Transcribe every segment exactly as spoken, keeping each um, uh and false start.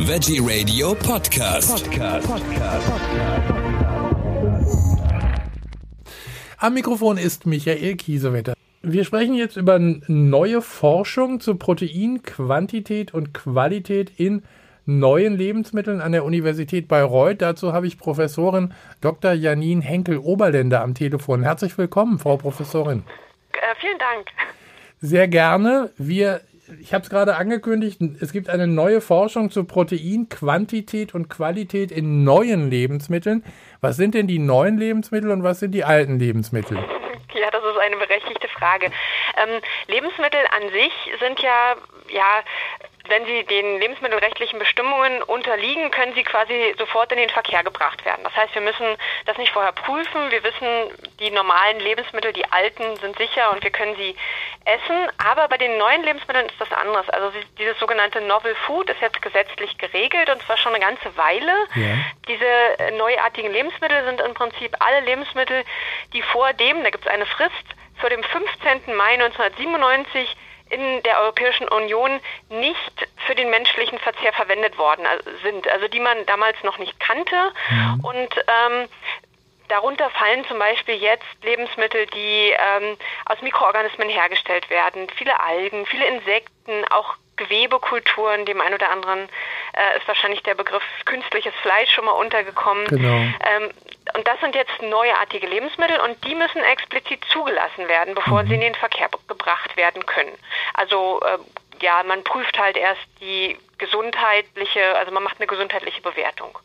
Veggie Radio Podcast. Podcast. Podcast. Am Mikrofon ist Michael Kiesewetter. Wir sprechen jetzt über neue Forschung zu Proteinquantität und Qualität in neuen Lebensmitteln an der Universität Bayreuth. Dazu habe ich Professorin Doktor Janine Henkel-Oberländer am Telefon. Herzlich willkommen, Frau Professorin. Äh, vielen Dank. Sehr gerne. Wir, ich habe es gerade angekündigt, es gibt eine neue Forschung zu Proteinquantität und Qualität in neuen Lebensmitteln. Was sind denn die neuen Lebensmittel und was sind die alten Lebensmittel? Ja, das ist eine berechtigte Frage. Ähm, Lebensmittel an sich sind ja, ja, wenn sie den lebensmittelrechtlichen Bestimmungen unterliegen, können sie quasi sofort in den Verkehr gebracht werden. Das heißt, wir müssen das nicht vorher prüfen. Wir wissen, die normalen Lebensmittel, die alten, sind sicher und wir können sie essen. Aber bei den neuen Lebensmitteln ist das anders. Also dieses sogenannte Novel Food ist jetzt gesetzlich geregelt und zwar schon eine ganze Weile. Ja. Diese neuartigen Lebensmittel sind im Prinzip alle Lebensmittel, die vor dem, da gibt es eine Frist, vor dem fünfzehnten Mai neunzehnhundertsiebenundneunzig in der Europäischen Union nicht für den menschlichen Verzehr verwendet worden sind, also die man damals noch nicht kannte. Mhm. Und ähm, darunter fallen zum Beispiel jetzt Lebensmittel, die ähm, aus Mikroorganismen hergestellt werden, viele Algen, viele Insekten, auch Gewebekulturen, dem einen oder anderen äh, ist wahrscheinlich der Begriff künstliches Fleisch schon mal untergekommen. Genau. Ähm, und das sind jetzt neuartige Lebensmittel und die müssen explizit zugelassen werden, bevor mhm. sie in den Verkehr gebracht werden können. Also äh, ja, man prüft halt erst die gesundheitliche, also man macht eine gesundheitliche Bewertung.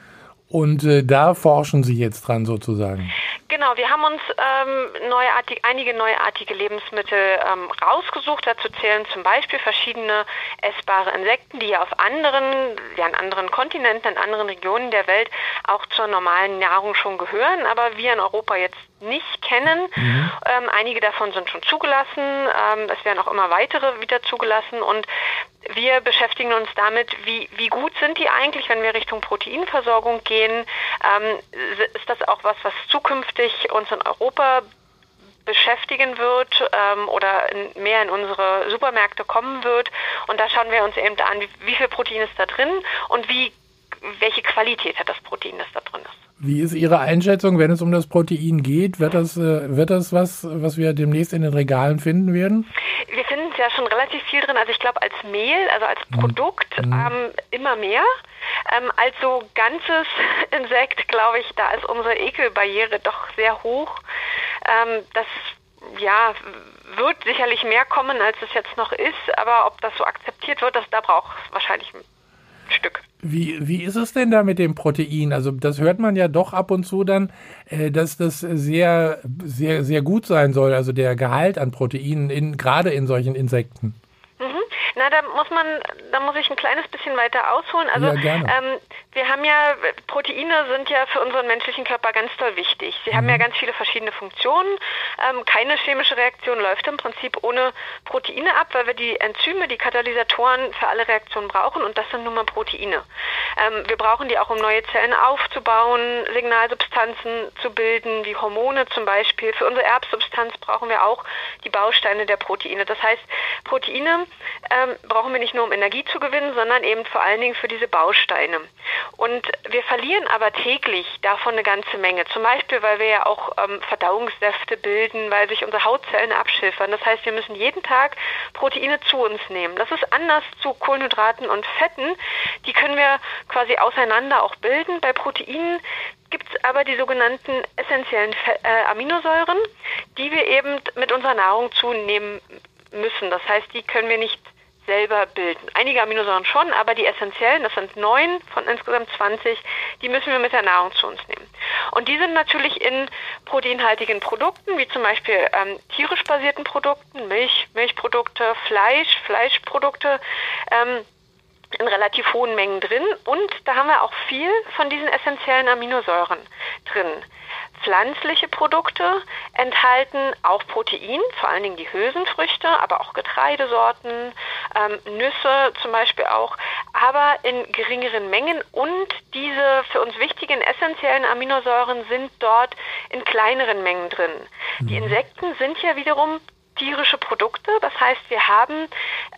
Und äh, da forschen Sie jetzt dran sozusagen? Genau, wir haben uns ähm, neuartig, einige neuartige Lebensmittel ähm, rausgesucht. Dazu zählen zum Beispiel verschiedene essbare Insekten, die ja auf anderen, ja an anderen Kontinenten, in anderen Regionen der Welt auch zur normalen Nahrung schon gehören, aber wir in Europa jetzt nicht kennen. Mhm. Ähm, einige davon sind schon zugelassen. Ähm, es werden auch immer weitere wieder zugelassen und wir beschäftigen uns damit, wie, wie gut sind die eigentlich, wenn wir Richtung Proteinversorgung gehen. Ähm, ist das auch was, was zukünftig uns in Europa beschäftigen wird ähm, oder in, mehr in unsere Supermärkte kommen wird. Und da schauen wir uns eben an, wie, wie viel Protein ist da drin und wie, welche Qualität hat das Protein, das da drin ist. Wie ist Ihre Einschätzung, wenn es um das Protein geht? Wird das, äh, wird das was, was wir demnächst in den Regalen finden werden? Wir finden es ja schon relativ viel drin. Also ich glaube als Mehl, also als Produkt mhm. ähm, immer mehr. Ähm, als so ganzes Insekt, glaube ich, da ist unsere Ekelbarriere doch sehr hoch. Ähm, das ja, wird sicherlich mehr kommen, als es jetzt noch ist. Aber ob das so akzeptiert wird, das, da braucht es wahrscheinlich ein Stück. Wie, wie ist es denn da mit dem Protein? Also das hört man ja doch ab und zu dann, äh, dass das sehr, sehr, sehr gut sein soll, also der Gehalt an Proteinen, in, gerade in solchen Insekten. Mhm. Na, da muss man, da muss ich ein kleines bisschen weiter ausholen. Also ja, gerne. Ähm, wir haben ja, Proteine sind ja für unseren menschlichen Körper ganz toll wichtig. Sie mhm. haben ja ganz viele verschiedene Funktionen. Ähm, keine chemische Reaktion läuft im Prinzip ohne Proteine ab, weil wir die Enzyme, die Katalysatoren für alle Reaktionen brauchen und das sind nun mal Proteine. Ähm, wir brauchen die auch, um neue Zellen aufzubauen, Signalsubstanzen zu bilden, wie Hormone zum Beispiel. Für unsere Erbsubstanz brauchen wir auch die Bausteine der Proteine. Das heißt, Proteine ähm, brauchen wir nicht nur, um Energie zu gewinnen, sondern eben vor allen Dingen für diese Bausteine. Und wir verlieren aber täglich davon eine ganze Menge. Zum Beispiel, weil wir ja auch ähm, Verdauungssäfte bilden, weil sich unsere Hautzellen abschiffern. Das heißt, wir müssen jeden Tag Proteine zu uns nehmen. Das ist anders zu Kohlenhydraten und Fetten. Die können wir quasi auseinander auch bilden. Bei Proteinen gibt es aber die sogenannten essentiellen Fe- äh, Aminosäuren, die wir eben mit unserer Nahrung zunehmen müssen. Das heißt, die können wir nicht selber bilden. Einige Aminosäuren schon, aber die essentiellen, das sind neun von insgesamt zwanzig, die müssen wir mit der Nahrung zu uns nehmen. Und die sind natürlich in proteinhaltigen Produkten, wie zum Beispiel ähm, tierisch basierten Produkten, Milch, Milchprodukte, Fleisch, Fleischprodukte, ähm, in relativ hohen Mengen drin. Und da haben wir auch viel von diesen essentiellen Aminosäuren drin. Pflanzliche Produkte enthalten auch Protein, vor allen Dingen die Hülsenfrüchte, aber auch Getreidesorten, ähm, Nüsse zum Beispiel auch, aber in geringeren Mengen. Und diese für uns wichtigen essentiellen Aminosäuren sind dort in kleineren Mengen drin. Die Insekten sind ja wiederum tierische Produkte. Das heißt, wir haben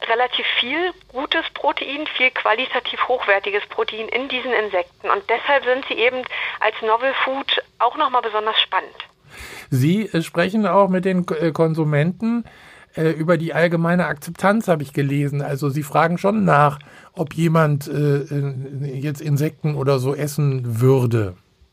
relativ viel gutes Protein, viel qualitativ hochwertiges Protein in diesen Insekten. Und deshalb sind sie eben als Novel Food auch nochmal besonders spannend. Sie sprechen auch mit den Konsumenten äh, über die allgemeine Akzeptanz, habe ich gelesen. Also Sie fragen schon nach, ob jemand äh, jetzt Insekten oder so essen würde.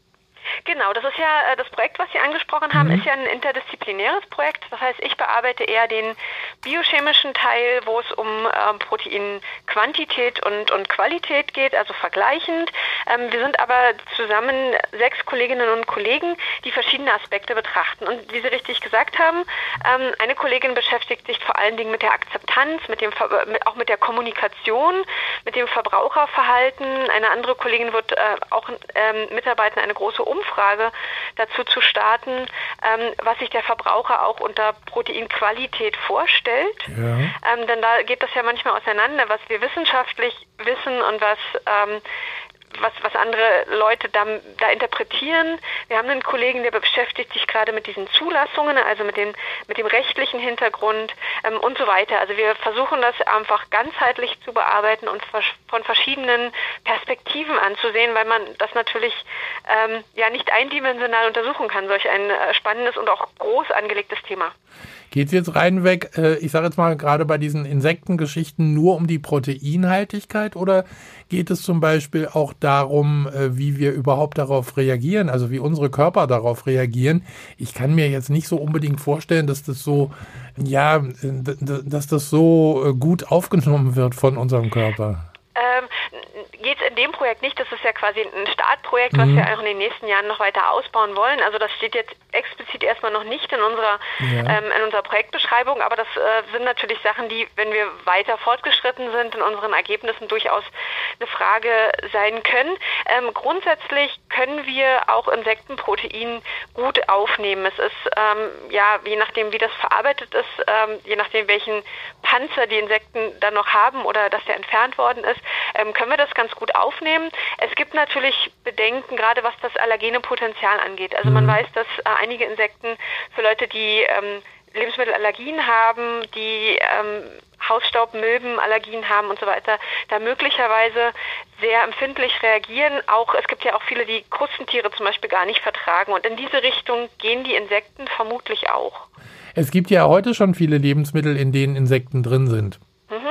Genau, das ist ja äh, das Projekt, was Sie angesprochen haben, mhm. ist ja ein interdisziplinäres Projekt. Das heißt, ich bearbeite eher den biochemischen Teil, wo es um ähm, Proteinquantität und, und Qualität geht, also vergleichend. Ähm, wir sind aber zusammen sechs Kolleginnen und Kollegen, die verschiedene Aspekte betrachten. Und wie Sie richtig gesagt haben, ähm, eine Kollegin beschäftigt sich vor allen Dingen mit der Akzeptanz, mit dem Ver- mit, auch mit der Kommunikation, mit dem Verbraucherverhalten. Eine andere Kollegin wird äh, auch ähm, mitarbeiten, eine große Umfrage dazu zu starten, ähm, was sich der Verbraucher auch unter Proteinqualität vorstellt. Ja. Ähm, denn da geht das ja manchmal auseinander, was wir wissenschaftlich wissen und was ähm, was, was andere Leute da, da interpretieren. Wir haben einen Kollegen, der beschäftigt sich gerade mit diesen Zulassungen, also mit dem, mit dem rechtlichen Hintergrund ähm, und so weiter. Also wir versuchen das einfach ganzheitlich zu bearbeiten und von verschiedenen Perspektiven anzusehen, weil man das natürlich ähm, ja nicht eindimensional untersuchen kann, solch ein äh, spannendes und auch groß angelegtes Thema. Geht es jetzt reinweg, äh, ich sage jetzt mal gerade bei diesen Insektengeschichten, nur um die Proteinhaltigkeit oder geht es zum Beispiel auch darum, äh, wie wir überhaupt darauf reagieren, also wie unsere Körper darauf reagieren? Ich kann mir jetzt nicht so unbedingt vorstellen, dass das so, ja, d- d- dass das so gut aufgenommen wird von unserem Körper. Ähm, geht es in dem Projekt nicht, das ist ja quasi ein Startprojekt, was mhm. wir auch in den nächsten Jahren noch weiter ausbauen wollen. Also das steht jetzt explizit erstmal noch nicht in unserer ja. ähm, in unserer Projektbeschreibung, aber das äh, sind natürlich Sachen, die, wenn wir weiter fortgeschritten sind, in unseren Ergebnissen durchaus eine Frage sein können. Ähm, grundsätzlich können wir auch Insektenprotein gut aufnehmen. Es ist, ähm, ja, je nachdem, wie das verarbeitet ist, ähm, je nachdem, welchen Panzer die Insekten dann noch haben oder dass der entfernt worden ist, ähm, können wir das ganz gut aufnehmen. Es gibt natürlich Bedenken, gerade was das allergene Potenzial angeht. Also man weiß, dass äh, einige Insekten für Leute, die ähm, Lebensmittelallergien haben, die ähm, Hausstaub, Milbenallergien haben und so weiter, da möglicherweise sehr empfindlich reagieren. Auch es gibt ja auch viele, die Krustentiere zum Beispiel gar nicht vertragen. Und in diese Richtung gehen die Insekten vermutlich auch. Es gibt ja heute schon viele Lebensmittel, in denen Insekten drin sind. Mhm.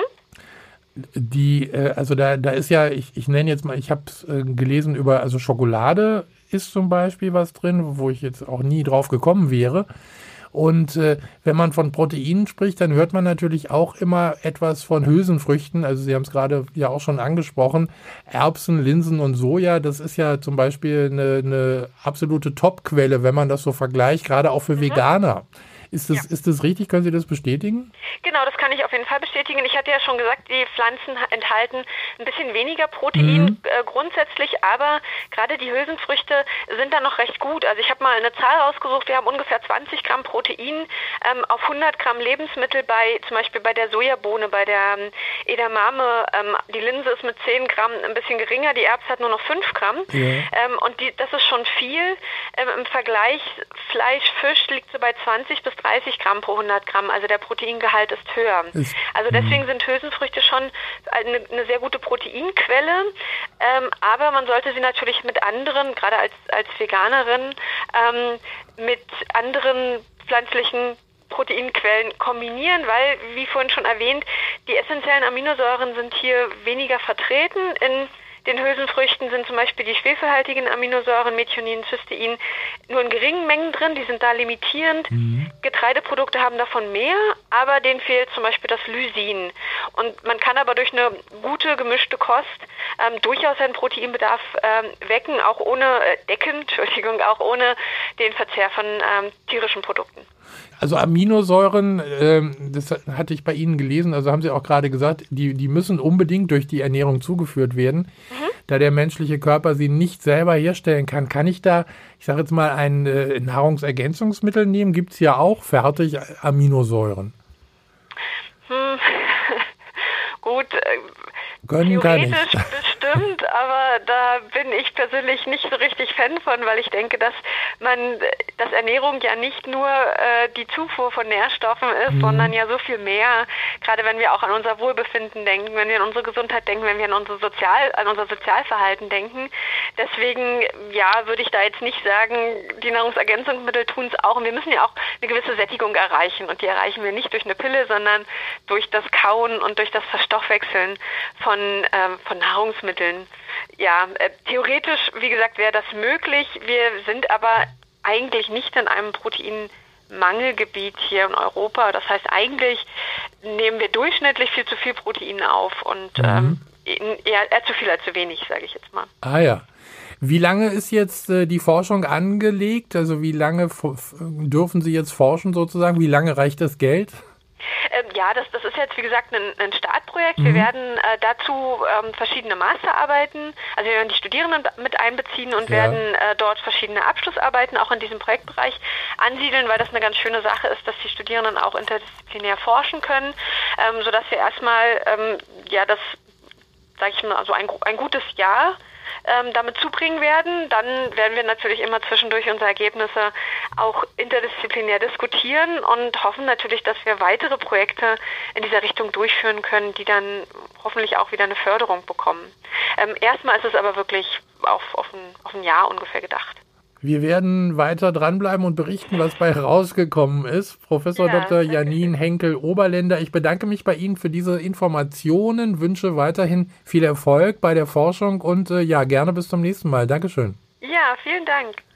Die, äh, also da, da ist ja, ich, ich nenne jetzt mal, ich habe es äh, gelesen über, also Schokolade ist zum Beispiel was drin, wo ich jetzt auch nie drauf gekommen wäre. Und äh, wenn man von Proteinen spricht, dann hört man natürlich auch immer etwas von Hülsenfrüchten. Also Sie haben es gerade ja auch schon angesprochen. Erbsen, Linsen und Soja, das ist ja zum Beispiel eine, eine absolute Top-Quelle, wenn man das so vergleicht, gerade auch für mhm. Veganer. Ist das, ja. ist das richtig? Können Sie das bestätigen? Genau, das kann ich auf jeden Fall bestätigen. Ich hatte ja schon gesagt, die Pflanzen enthalten ein bisschen weniger Protein mhm. äh, grundsätzlich, aber gerade die Hülsenfrüchte sind da noch recht gut. Also ich habe mal eine Zahl rausgesucht, wir haben ungefähr zwanzig Gramm Protein ähm, auf hundert Gramm Lebensmittel bei, zum Beispiel bei der Sojabohne, bei der ähm, Edamame. Ähm, die Linse ist mit zehn Gramm ein bisschen geringer, die Erbse hat nur noch fünf Gramm. Ja. Ähm, und die, das ist schon viel. Ähm, im Vergleich Fleisch, Fisch liegt so bei zwanzig bis dreißig Gramm pro hundert Gramm, also der Proteingehalt ist höher. Ist, also deswegen sind Hülsenfrüchte schon eine, eine sehr gute Proteinquelle, ähm, aber man sollte sie natürlich mit anderen, gerade als, als Veganerin, ähm, mit anderen pflanzlichen Proteinquellen kombinieren, weil, wie vorhin schon erwähnt, die essentiellen Aminosäuren sind hier weniger vertreten. In den Hülsenfrüchten sind zum Beispiel die schwefelhaltigen Aminosäuren, Methionin, Cystein, nur in geringen Mengen drin, die sind da limitierend. Mhm. Getreideprodukte haben davon mehr, aber denen fehlt zum Beispiel das Lysin. Und man kann aber durch eine gute, gemischte Kost ähm, durchaus einen Proteinbedarf ähm, wecken, auch ohne, äh, decken, Entschuldigung, auch ohne den Verzehr von ähm, tierischen Produkten. Also Aminosäuren, ähm, das hatte ich bei Ihnen gelesen, also haben Sie auch gerade gesagt, die, die müssen unbedingt durch die Ernährung zugeführt werden, mhm. da der menschliche Körper sie nicht selber herstellen kann. Kann ich da, ich sage jetzt mal, ein äh, Nahrungsergänzungsmittel nehmen? Gibt es ja auch fertig Aminosäuren? Hm. Gut, Gönnen kann ich. Theoretisch bestimmt, aber da bin ich persönlich nicht so richtig Fan von, weil ich denke, dass man, dass Ernährung ja nicht nur äh, die Zufuhr von Nährstoffen ist, mhm. sondern ja so viel mehr. Gerade wenn wir auch an unser Wohlbefinden denken, wenn wir an unsere Gesundheit denken, wenn wir an unser Sozial, an unser Sozialverhalten denken. Deswegen, ja, würde ich da jetzt nicht sagen, die Nahrungsergänzungsmittel tun es auch. Und wir müssen ja auch eine gewisse Sättigung erreichen. Und die erreichen wir nicht durch eine Pille, sondern durch das Kauen und durch das Verstoffwechseln von, ähm, von Nahrungsmitteln. Ja, äh, theoretisch, wie gesagt, wäre das möglich. Wir sind aber eigentlich nicht in einem Proteinmangelgebiet hier in Europa. Das heißt, eigentlich nehmen wir durchschnittlich viel zu viel Protein auf und mhm. ähm, eher, eher zu viel als zu wenig, sage ich jetzt mal. Ah ja. Wie lange ist jetzt äh, die Forschung angelegt? Also wie lange f- dürfen Sie jetzt forschen sozusagen? Wie lange reicht das Geld? Ähm, ja, das, das ist jetzt, wie gesagt, ein, ein Startprojekt. Mhm. Wir werden äh, dazu ähm, verschiedene Masterarbeiten, also wir werden die Studierenden mit einbeziehen und ja. werden äh, dort verschiedene Abschlussarbeiten auch in diesem Projektbereich ansiedeln, weil das eine ganz schöne Sache ist, dass die Studierenden auch interdisziplinär forschen können, ähm, sodass wir erstmal, ähm, ja, das, sage ich mal, also ein, ein gutes Jahr Ähm, damit zubringen werden. Dann werden wir natürlich immer zwischendurch unsere Ergebnisse auch interdisziplinär diskutieren und hoffen natürlich, dass wir weitere Projekte in dieser Richtung durchführen können, die dann hoffentlich auch wieder eine Förderung bekommen. Ähm, erstmal ist es aber wirklich auf, auf, ein, auf ein Jahr ungefähr gedacht. Wir werden weiter dranbleiben und berichten, was bei rausgekommen ist. Professor Ja, Doktor Janine Henkel-Oberländer, ich bedanke mich bei Ihnen für diese Informationen, wünsche weiterhin viel Erfolg bei der Forschung und äh, ja, gerne bis zum nächsten Mal. Dankeschön. Ja, vielen Dank.